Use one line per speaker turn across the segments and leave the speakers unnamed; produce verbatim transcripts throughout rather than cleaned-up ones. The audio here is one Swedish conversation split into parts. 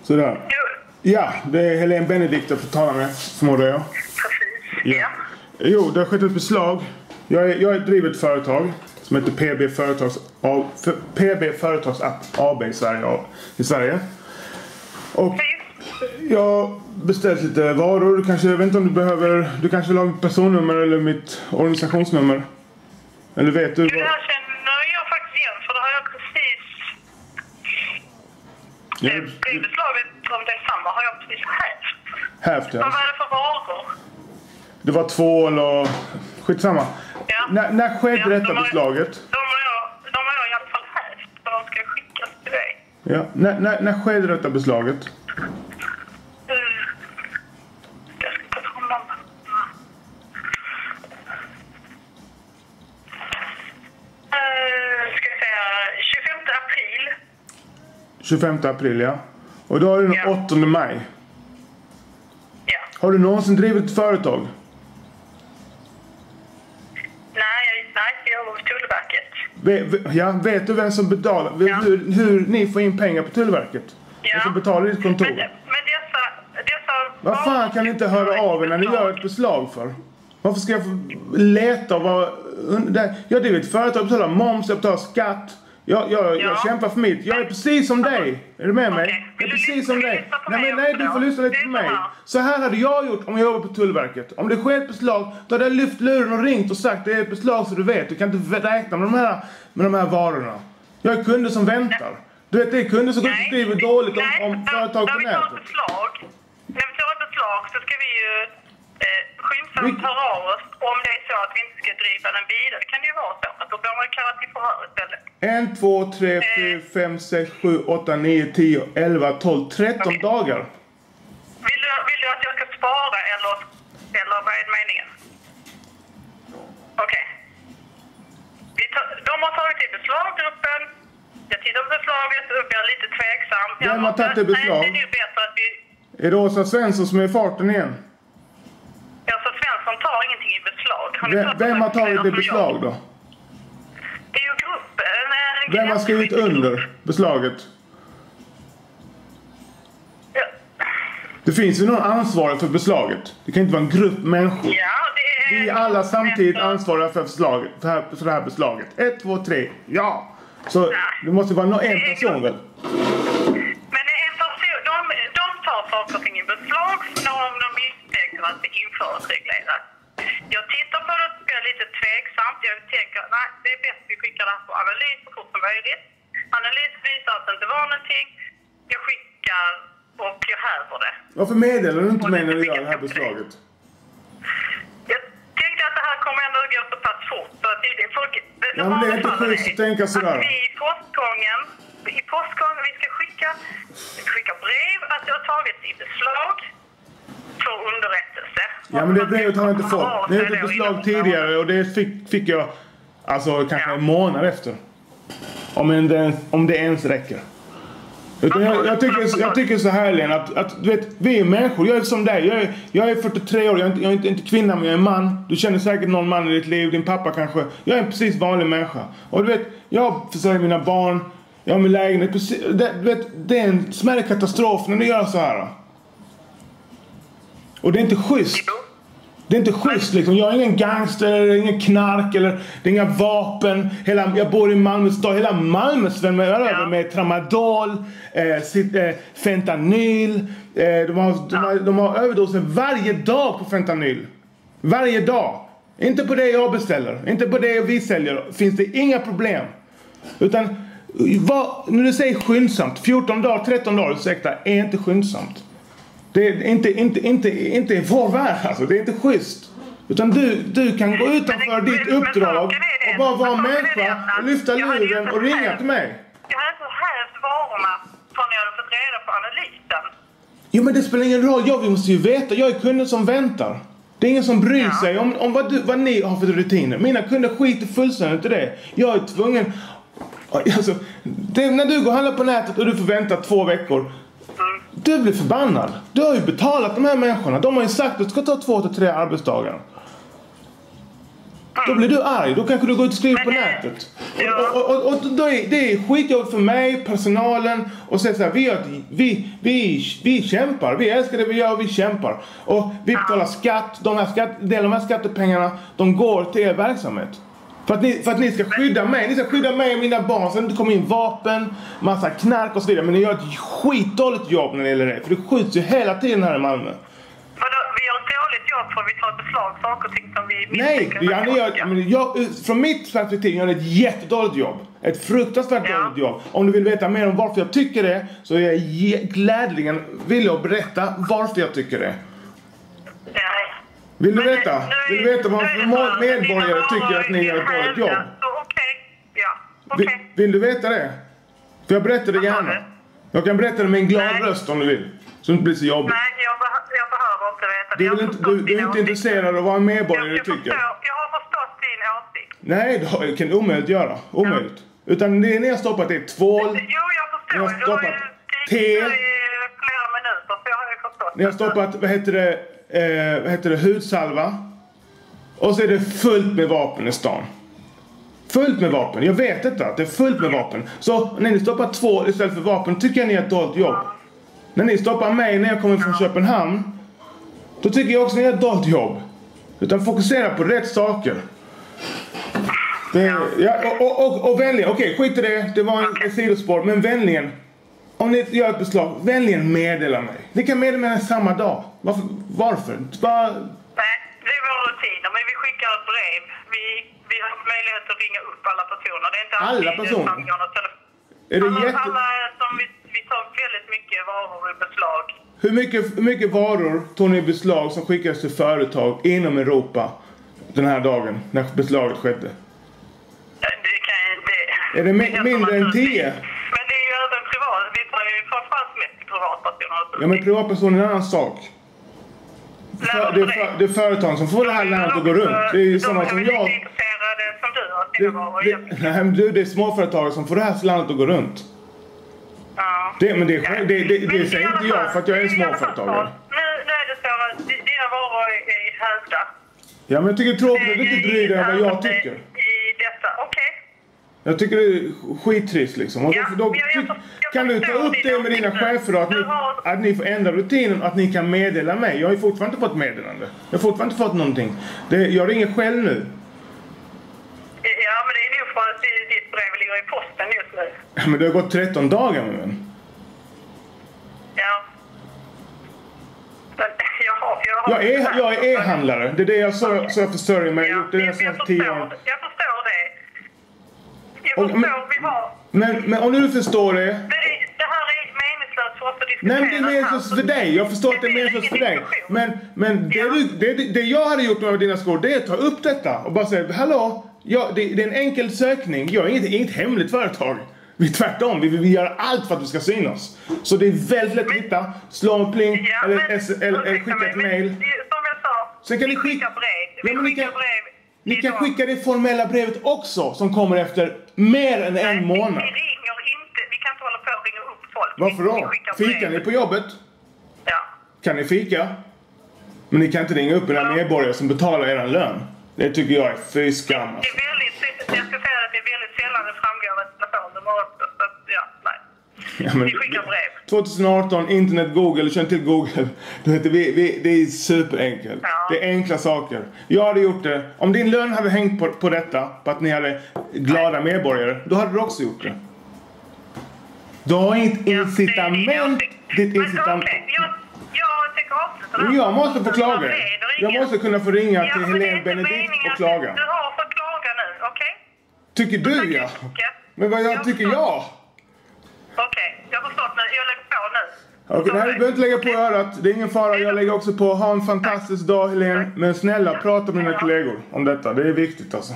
Sådär. Ja, det är Helene Benedikt jag får tala med, förmodar jag.
Precis,
ja.
ja.
Jo, det har skett ett beslag. Jag, är, jag driver ett företag som heter P B Företags, P B Företagsapp A B i Sverige. I Sverige. Och jag beställt lite varor. Du kanske, jag vet inte om du behöver... Du kanske vill ha mitt personnummer eller mitt organisationsnummer. Eller vet du vad...
Det här känner jag faktiskt igen, för det har jag precis...
Ja,
det, det beslaget om det är samma har jag precis hävt.
Hävt, ja.
Vad var det för varor?
Det var tvål och... Skitsamma.
Ja.
När, när skedde
ja,
detta
de har,
beslaget?
De har, jag, de har jag i alla fall hävt, för de ska skickas till dig.
Ja, när, när, när skedde detta beslaget?
Mm. Jag ska ta fram dem. Uh, ska jag säga tjugofemte april.
tjugofemte april, ja. Och då är det den
Ja.
åttonde maj.
Ja.
Har du någonsin drivit ett företag?
Nej, jag, nej, jag jobbar på Tullverket.
Ve, ja, vet du vem som betalar? Vet
Ja.
du hur ni får in pengar på Tullverket?
Ja.
Vem som betalar ditt kontor?
Men, men dessa... dessa
Vad fan kan ni inte höra av er när ni gör ett beslag för? Varför ska jag få leta och vara... Där? Jag driver ett företag, jag betalar moms, jag betalar skatt. Jag, jag,
Ja.
jag kämpar för mitt. Jag är precis som dig. Är du med mig?
Okej.
Jag är
Vill du
precis
lyssna-
som
vill du
dig.
lyssna på
Nej,
mig
men nej,
också
du
då?
får lyssna lite
Det är
på
så
mig.
här.
Så här hade jag gjort om jag jobbar på Tullverket. Om det sker ett beslag, då hade jag lyft luren och ringt och sagt det är ett beslag så du vet. Du kan inte räkna med de här, med de här varorna. Jag är kunder som väntar. Du vet, det är kunder som går ut och skriver dåligt om,
nej,
om
när-
företag på
när vi tar ett
nätet.
beslag, när vi tar ett beslag så ska vi ju eh, skyndsamt
Vi-
höra av oss om det är så att vi inte ska driva den vidare. Det kan ju vara så att då blir man kallat till förhör istället.
En, två, tre, fyra, fem, sex, sju, åtta, nio, tio, elva, tolv, tretton
Okej.
dagar.
Vill du, vill du att jag ska spara eller, eller vad är meningen? Okej. Vi tar- De har tagit i beslaggruppen. Jag tittar på beslaget och jag är lite tveksam. Jag
Vem har
måste-
tagit i beslag?
Nej, det är ju bättre att vi...
Är det Åsa Svensson som är i farten igen?
Alltså Svensson tar ingenting i beslag. Har ni
Vem,
fått
vem har
det?
tagit det
Alltså,
beslag
jag-
då?
Det är ju gruppen. eh,
Vem har skrivit under beslaget?
Ja,
Det finns ju någon ansvarig för beslaget. Det kan inte vara en grupp människor.
ja det är...
Vi är alla samtidigt
Alltså,
ansvariga för, förslaget, för, här, för det här beslaget. Ett, två, tre. Ja! Så
Nej.
det måste vara någon, en
Det är
person väl?
Men en person, de, de tar saker och ting i beslag när de misstänker att det införs reglerat. Jag tittar på det och är lite tveksamt. Jag tänker nej, det är bäst vi skickar det här på analys så fort som möjligt. Analys visar att det inte var någonting. Jag skickar och jag häver det.
Varför meddelar du inte mig när du gör det här beslaget?
Jag tänkte att det här kommer ändå att gå så pass fort. Så att det, det, folk,
Ja, men det är inte schysst att tänka sådär.
Att vi i postgången, i postgången, vi ska skicka, vi ska skicka brev att det har tagits i beslag för underrättelse.
Ja, men det brevet har jag inte fått. Det är ett beslag tidigare och det fick, fick jag alltså kanske en månad efter. Om, en, om det ens räcker. Utan jag, jag, tycker, jag tycker så här, Lena, att, att du vet, vi är människor. Jag är som dig. Jag är, jag är fyrtiotre år. Jag är, inte, jag är inte, inte kvinna, men jag är man. Du känner säkert någon man i ditt liv. Din pappa kanske. Jag är en precis vanlig människa. Och du vet, jag försörjer mina barn. Jag har min lägenhet. Precis, det, du vet, det är en smärre katastrof när du gör så här. Och det är inte schysst. Det är inte schysst liksom. Jag är ingen gangster, eller ingen knark, eller det är inga vapen. Hela, jag bor i Malmö stad. Hela Malmö svämmar över
Ja.
med tramadol, eh, sit, eh, fentanyl. Eh, de, har, de, har, de har överdoser varje dag på fentanyl. Varje dag. Inte på det jag beställer. Inte på det vi säljer. Finns det inga problem. Utan, vad, när du säger skyndsamt. fjorton dagar, tretton dagar, ursäkta, är inte skyndsamt. Det är inte, inte, inte, inte i vår värld alltså. Det är inte schysst. Utan du, du kan gå utanför
Men-
ditt
men-
uppdrag
men saken är det-
och bara vara
men saken är
människa
det att
och lyfta
jag hade ju
luren
inte
och ringa
hävt-
till mig.
Jag hade inte hävt varorna förrän jag hade fått reda på analysen.
Jo, men det spelar ingen roll. Jag, vi måste ju veta. Jag är kunden som väntar. Det är ingen som bryr
Ja.
sig om, om vad, du, vad ni har för rutiner. Mina kunder skiter fullständigt i det. Jag är tvungen... Alltså, det, när du går och handlar på nätet och du får vänta två veckor... Du blir förbannad. Du har ju betalat de här människorna. De har ju sagt att det ska ta två till tre arbetsdagar. Då blir du arg. Då kanske du går ut och skriver på nätet.
Ja.
Och, och, och, och då är, det är skitjobb för mig, personalen. Och säga så här, vi, vi, vi, vi kämpar. Vi älskar det vi gör, vi kämpar. Och vi betalar skatt. De här skatt, del av de här skattepengarna, de går till er verksamhet. För att, ni, för att ni ska skydda mig. Ni ska skydda mig och mina barn. Så att det inte kommer in vapen, massa knark och så vidare. Men ni gör ett skitdåligt jobb när det gäller det. För det skjuts ju hela tiden här i Malmö.
Vadå, vi gör ett dåligt jobb för vi tar ett beslag saker och ting som vi
misstänker. Nej, ja, ni gör, men jag, från mitt perspektiv gör ni ett jättedåligt jobb. Ett fruktansvärt ja. dåligt jobb. Om du vill veta mer om varför jag tycker det, så är jag glädligen villig att berätta varför jag tycker det.
Nej.
Vill du men, veta? Nu, vill du veta varför medborgare tycker att ni gör ett dåligt jobb?
Okej, ja. Okej.
Vill, vill du veta det? För jag berättar det gärna. Jag kan berätta det med en glad Nej. röst om du vill. Så det inte blir så jobbigt.
Nej, jag, beh- jag behöver inte veta det.
Du, vill inte, du, du är inte intresserad av vad en medborgare
jag, jag
tycker?
Förstår, jag har förstått din åsikt.
Nej, det kan du omöjligt göra. Omöjligt. Ja. Utan det ni har stoppat är tvål.
Jo, jag förstår.
Ni har stoppat te.
I flera minuter, så jag har ju förstått.
Ni har stoppat, vad heter det, eh, vad heter det, hudsalva. Och så är det fullt med vapen i stan. Fullt med vapen. Jag vet detta, att det är fullt med vapen. Så när ni stoppar två istället för vapen tycker jag ni har ett dåligt jobb. När ni stoppar mig när jag kommer från Köpenhamn, då tycker jag också att ni har ett dåligt jobb. Utan fokusera på rätt saker. Det, ja, och, och, och, och vänligen, okej, okay, skit i det. Det var en okay. sidospår, men vänligen. Om ni gör ett beslag, vänligen meddela mig. Ni kan meddela mig samma dag. Varför? Varför? Bara...
Nej, det är vår rutin. Men vi skickar ett brev. Vi, vi har möjlighet att ringa upp alla personer. Det är inte
alla personer? Är det
alla,
jätte...
alla som vi, vi tar väldigt mycket varor i beslag.
Hur mycket, hur mycket varor tog ni i beslag som skickas till företag inom Europa den här dagen när beslaget skedde?
Det kan inte...
Är det mi- mindre än tio?
Men det är ju även privat. Vi tar ju framförallt mest privatpersoner.
Ja, men privatpersoner är en annan sak. För, det, är för, det är företag som får det här landet att gå runt. Det är ju sådana som jag...
De är inte intresserade som du har sina varor.
Det, nej, men du, det är småföretag som får det här landet att gå runt.
Ja.
Det, men det, det, det, det, det, det säger inte jag för att jag är småföretagare.
Nu, nu är det så att dina varor är hävda.
Ja, men jag tycker det är tråkigt att du inte bryr dig om vad jag tycker.
I detta, okej. Okay.
Jag tycker det är skittrist liksom. Och
ja,
då, då,
jag, jag, jag, jag
kan du ta upp det med dina chefer då, att ni, att ni får ändra rutinen och att ni kan meddela mig. Jag har ju fortfarande inte fått meddelande. Jag har fortfarande inte fått någonting. Det, jag ringer själv nu.
Ja, men det är nog för att ditt brev ligger i posten just nu.
Ja, men det har gått tretton dagar med mig.
Ja. Men jag har... Jag, har
jag är, jag är e-handlare. Det är det jag så, så jag försörjer mig.
Ja,
det är
jag, jag, förstår,
tio
jag förstår det. Jag
och,
förstår,
men,
vi har...
Men, men om du förstår det...
Det, är, det här är meningslöst för oss att diskutera.
Nej, men det är meningslöst för dig. Jag förstår det att det är meningslöst för dig. Men, men det, ja. du, det, det jag hade gjort med dina skor, det är att ta upp detta och bara säga, hallå, ja, det, det är en enkel sökning. Jag är inget, inget hemligt företag. Vi tvärtom, vi vill göra allt för att vi ska synas. Så det är väldigt lätt att hitta. Slå en pling ja, eller, men, eller, eller skicka ett mail.
Som jag sa,
sen kan
vi
ni skicka
brev. Vi
ja,
skickar
ni kan,
brev.
Ni kan skicka det formella brevet också som kommer efter mer än en
Nej,
månad.
Vi ringer inte, vi kan inte hålla på och ringa upp folk.
Varför då? Fikar ni på jobbet?
Ja.
Kan ni fika? Men ni kan inte ringa upp en medborgare som betalar er lön. Det tycker jag är fy skam.
Det är väldigt, jag ska säga att det är väldigt sällan det framgår av ett telefonnummer också. Så, ja, nej. Ja, men, vi skickar brev.
tjugo arton, internet, Google, känn till Google. Du vet, vi, vi, det är superenkelt. Ja. Det är enkla saker. Jag hade gjort det. Om din lön hade hängt på, på detta, på att ni hade glada medborgare, då hade du också gjort det. Du har inget ja, incitament.
Det är, det är ditt incitament. Okay. Jag, jag tänker avsluta det.
Jag måste få klaga. Jag måste kunna få ringa ja, till Helene Benedikt och klaga.
Du har fått klaga nu, okej? Okay?
Tycker du, ja? Men vad jag, jag tycker jag?
Okej, okay, jag har förstått nu. Jag lägger på nu.
Okej, okay, nej, du behöver inte lägga på örat. Det är ingen fara, jag lägger också på. Ha en fantastisk dag, Helene. Men snälla, prata med dina kollegor om detta. Det är viktigt alltså.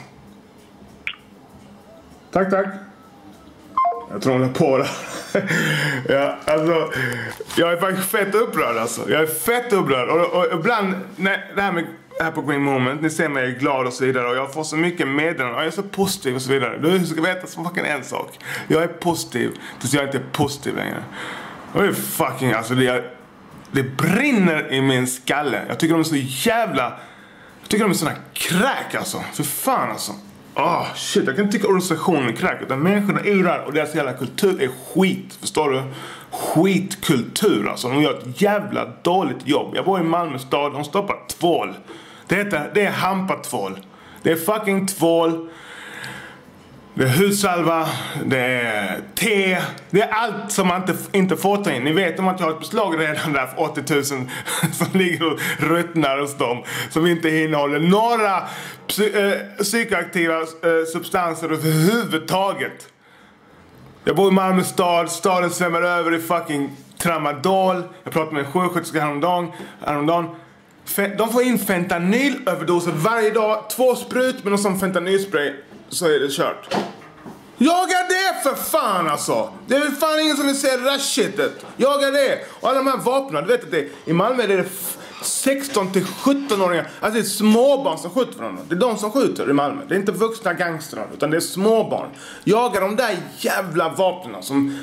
Tack, tack. Jag tror hon är på det. Ja, alltså, jag är faktiskt fett upprörd alltså. Jag är fett upprörd. Och, och, och ibland, när, det här med här på Green Moment, ni ser mig, jag är glad och så vidare. Och jag får så mycket meddelanden. Och jag är så positiv och så vidare. Du ska veta som fucking en sak. Jag är positiv, tills jag inte är positiv längre. Och det är fucking, alltså det, är, det brinner i min skalle. Jag tycker de är så jävla Jag tycker de är såna kräk alltså. För fan alltså. Ah, oh, shit, jag kan inte tycka organisationen är kräk. Utan människorna är där och deras jävla kultur är skit. Förstår du? Skitkultur alltså. De gör ett jävla dåligt jobb. Jag bor i Malmö stad, de stoppar tvål. Det heter, det är hampatvål. Det är fucking tvål. Det är hudsalva, det är te, det är allt som man inte, inte får ta in. Ni vet om att jag har ett beslag redan där för åttio tusen som ligger och ruttnar hos dem. Som inte innehåller några psy, äh, psykoaktiva äh, substanser överhuvudtaget. Jag bor i Malmö stad, staden svämmar över i fucking tramadol. Jag pratade med en sjuksköterska häromdagen. häromdagen. De får in fentanylöverdoser varje dag. Två sprut med någon sån fentanylspray. Så är det kört. Jaga det för fan alltså. Det är fan ingen som vill se det där shitet. Jaga det. Och alla de här vapnen. Du vet att det i Malmö är det sexton till sjutton-åringar. Alltså det är småbarn som skjuter varandra. Det är de som skjuter i Malmö. Det är inte vuxna gangstrar. Utan det är småbarn. Jaga de där jävla vapnen som...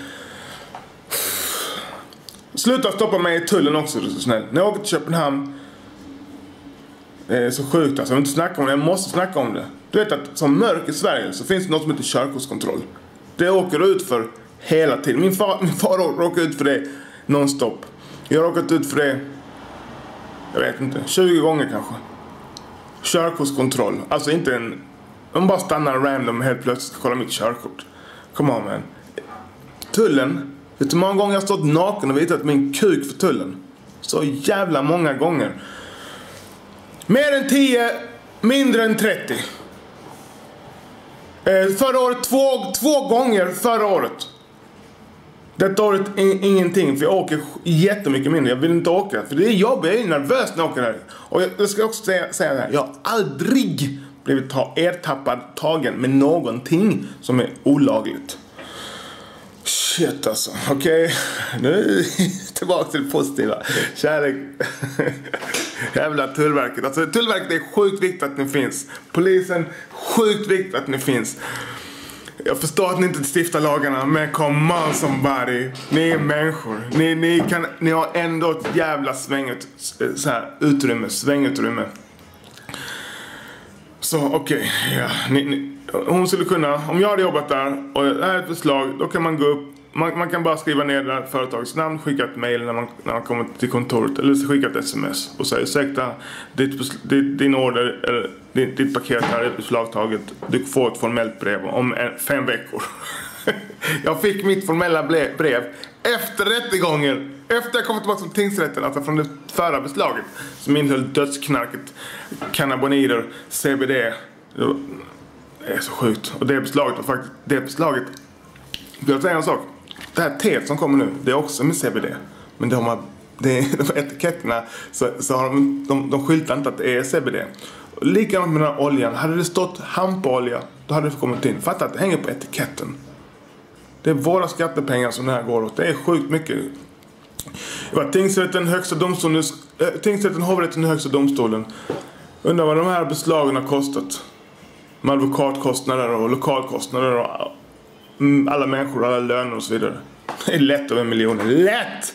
Sluta stoppa mig i tullen också, du är så snäll. När jag åker till Köpenhamn. Det är så sjukt alltså. Jag vill inte snacka om det. Jag måste snacka om det. Du vet att som mörk i Sverige så finns det något som heter körkortskontroll. Det åker ut för hela tiden. Min far, min far råkar ut för det nonstop. Jag har råkat ut för det, jag vet inte, tjugo gånger kanske. Körkortskontroll. Alltså inte en... De bara stannar random helt plötsligt och kollar mitt körkort. Come on man. Tullen. Vet du hur många gånger jag har stått naken och visat min kuk för tullen? Så jävla många gånger. Mer än tio, mindre än trettio. Eh, förra året, två, två gånger förra året. Detta året in, ingenting, för jag åker jättemycket mindre. Jag vill inte åka, för det är jobbigt, jag är nervös när jag åker här. Och jag, jag ska också säga, säga det här, jag har aldrig blivit ta, ertappad, tagen med någonting som är olagligt. Shit alltså, okej. Okay. Nu är vi tillbaka till det positiva. Kärlek. Jävla Tullverket. Alltså Tullverket är sjukt viktigt att ni finns. Polisen, sjukt viktigt att ni finns. Jag förstår att ni inte stiftar lagarna, men come on somebody. Ni är människor. Ni, ni, kan, ni har ändå ett jävla svänget så här, utrymme, svängutrymme. Så okej, okay, ja. Ni, ni, hon skulle kunna, om jag hade jobbat där och det här är ett förslag, då kan man gå upp. Man, man kan bara skriva ner det här företagets namn, skicka ett mail när man, när man kommer till kontoret, eller så skicka ett sms och säga ursäkta, ditt, ditt, din order eller ditt, ditt paket här är beslagtaget, du får ett formellt brev om en, fem veckor. Jag fick mitt formella brev efter rättegången, efter jag kom tillbaka från tingsrätten, alltså från det förra beslaget som innehöll dödsknarket, cannabinoider, C B D. Det är så sjukt. Och det beslaget var faktiskt, det beslaget, jag vill säga en sak. Det här teet som kommer nu, det är också med C B D. Men de har, det är, de etiketterna så, så har de, de, de skyltar inte att det är C B D. Likadant med den här oljan. Hade det stått hampolja, då hade det kommit in. Fatta att det hänger på etiketten. Det är våra skattepengar som det här går åt. Det är sjukt mycket. Det var tingsrätten, högsta domstolen, äh, tingsrätten, hovrätten och högsta domstolen. Undrar vad de här beslagen har kostat. Med advokatkostnader och lokalkostnader och alla människor, alla löner och så vidare. Det är lätt över en miljon. Lätt!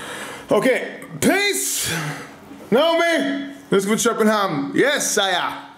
Okej, okay. Peace! Naomi! Nu ska vi till Köpenhamn. Yes, säger jag!